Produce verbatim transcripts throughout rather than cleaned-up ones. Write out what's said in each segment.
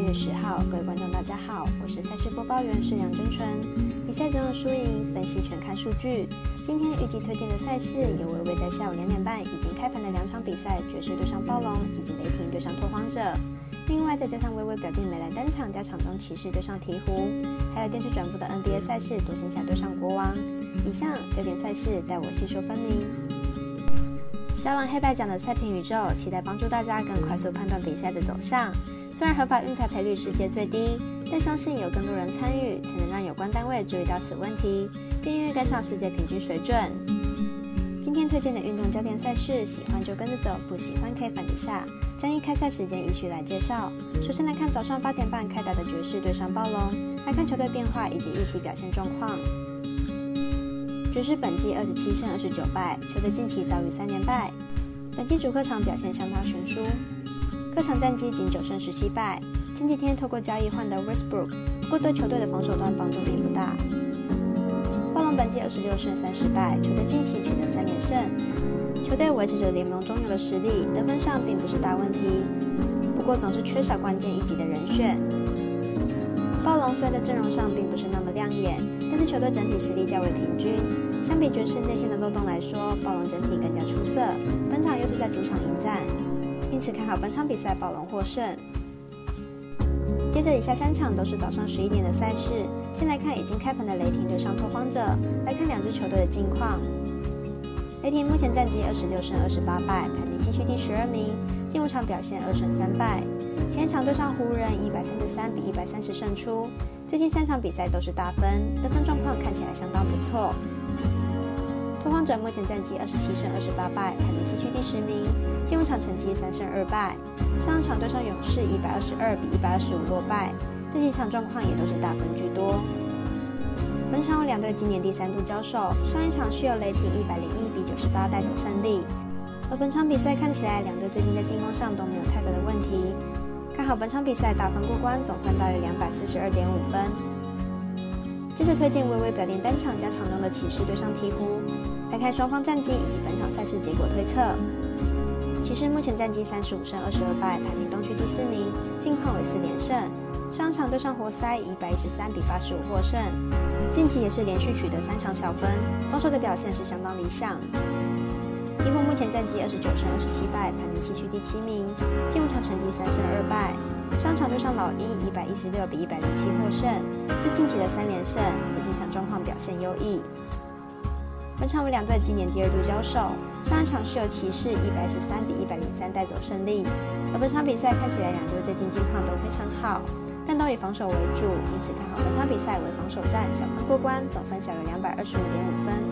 月十号，各位观众大家好，我是赛事播报员是梁真纯。比赛总有输赢，分析全看数据。今天预计推荐的赛事有微微在下午两点半已经开盘的两场比赛，爵士对上暴龙以及雷霆对上拓荒者。另外再加上微微表弟美兰单场加场中骑士对上鹈鹕，还有电视转播的 N B A 赛事独行侠对上国王。以上九点赛事带我细说分明。小朗黑白奖的赛评宇宙，期待帮助大家更快速判断比赛的走向。虽然合法运彩赔率世界最低，但相信有更多人参与，才能让有关单位注意到此问题，并愿意跟上世界平均水准。今天推荐的运动焦点赛事，喜欢就跟着走，不喜欢可以反着下。将以开赛时间依序来介绍。首先来看早上八点半开打的爵士对上暴龙，来看球队变化以及预期表现状况。爵士本季二十七胜二十九败，球队近期遭遇三连败，本季主客场表现相当悬殊，客场战绩仅九胜十七败。前几天透过交易换得 Westbrook， 不过对球队的防守端帮助并不大。暴龙本季二十六胜三十败，球队近期取得三连胜，球队维持着联盟中游的实力，得分上并不是大问题，不过总是缺少关键一击的人选。暴龙虽然在阵容上并不是那么亮眼，但是球队整体实力较为平均，相比爵士内线的漏洞来说，暴龙整体更加出色。本场又是在主场迎战，因此看好本场比赛暴龙获胜。接着以下三场都是早上十一点的赛事，先来看已经开盘的雷霆对上拓荒者，来看两支球队的近况。雷霆目前战绩二十六胜二十八败，排名西区第十二名，近五场表现二胜三败。前一场对上湖人以一百三十三比一百三十胜出，最近三场比赛都是大分，得分状况看起来相当不错。拓荒者目前战绩二十七胜二十八败，排名西区第十名，近五场成绩三胜二败。上一场对上勇士一百二十二比一百二十五落败，这几场状况也都是大分居多。本场有两队今年第三度交手，上一场是由雷霆一百零一比九十八带走胜利，而本场比赛看起来两队最近在进攻上都没有太大的问题，看好本场比赛打分过关，总分大约两百四十二点五分。接着推荐微微表弟单场加场中的骑士对上鹈鹕，来看双方战绩以及本场赛事结果推测。骑士目前战绩三十五胜二十二败，排名东区第四名，近况为四连胜。上场对上活塞以一百一十三比八十五获胜，近期也是连续取得三场小分，防守的表现是相当理想。鹈鹕目前战绩二十九胜二十七败，排名西区第七名，近五场成绩三胜二败。上场对上老鹰一百一十六比一百零七获胜，是近期的三连胜，这几场状况表现优异。本场为两队今年第二度交手，上一场是由骑士一百一十三比一百零三带走胜利，而本场比赛看起来两队最近近况都非常好，但都以防守为主，因此看好本场比赛为防守战，小分过关，总分小于两百二十五点五分。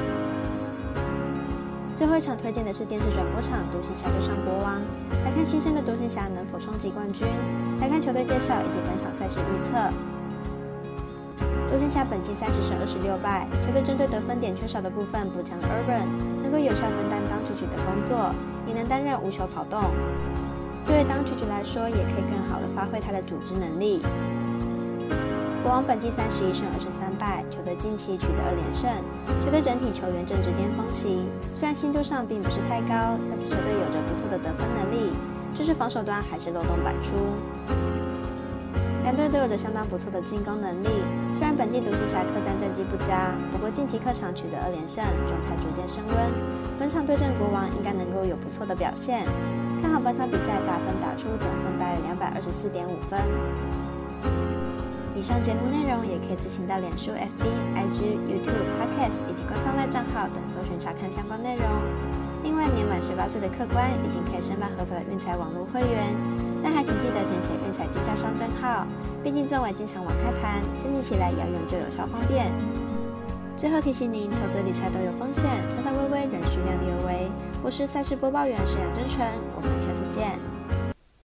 最后一场推荐的是电视转播场独行侠对上国王，来看新生的独行侠能否冲击冠军，来看球队介绍以及本场赛事预测。独行侠本季三十胜二十六败，球队针对得分点缺少的部分补强了 Urban， 能够有效分担当曲曲的工作，也能担任无球跑动。对于当曲曲来说，也可以更好的发挥他的组织能力。国王本季三十一胜二十三败，球队近期取得二连胜，球队整体球员正值巅峰期，虽然进度上并不是太高，但是球队有着不错的得分能力，就是防守端还是漏洞百出。两队都有着相当不错的进攻能力，虽然本季独行侠客战战绩不佳，不过近期客场取得二连胜，状态逐渐升温，本场对阵国王应该能够有不错的表现，看好本场比赛打分打出总分大约两百二十四点五分。以上节目内容也可以自行到脸书、F B、I G、YouTube、Podcast 以及官方赖账号等搜寻查看相关内容。另外，年满十八岁的客官已经可以申办合法的运彩网络会员，但还请记得填写运彩经销商证号，毕竟作为经常网开盘，申请起来要用就有超方便。最后提醒您，投资理财都有风险，三大微微仍需量力而为。我是赛事播报员沈阳真纯，我们下次见。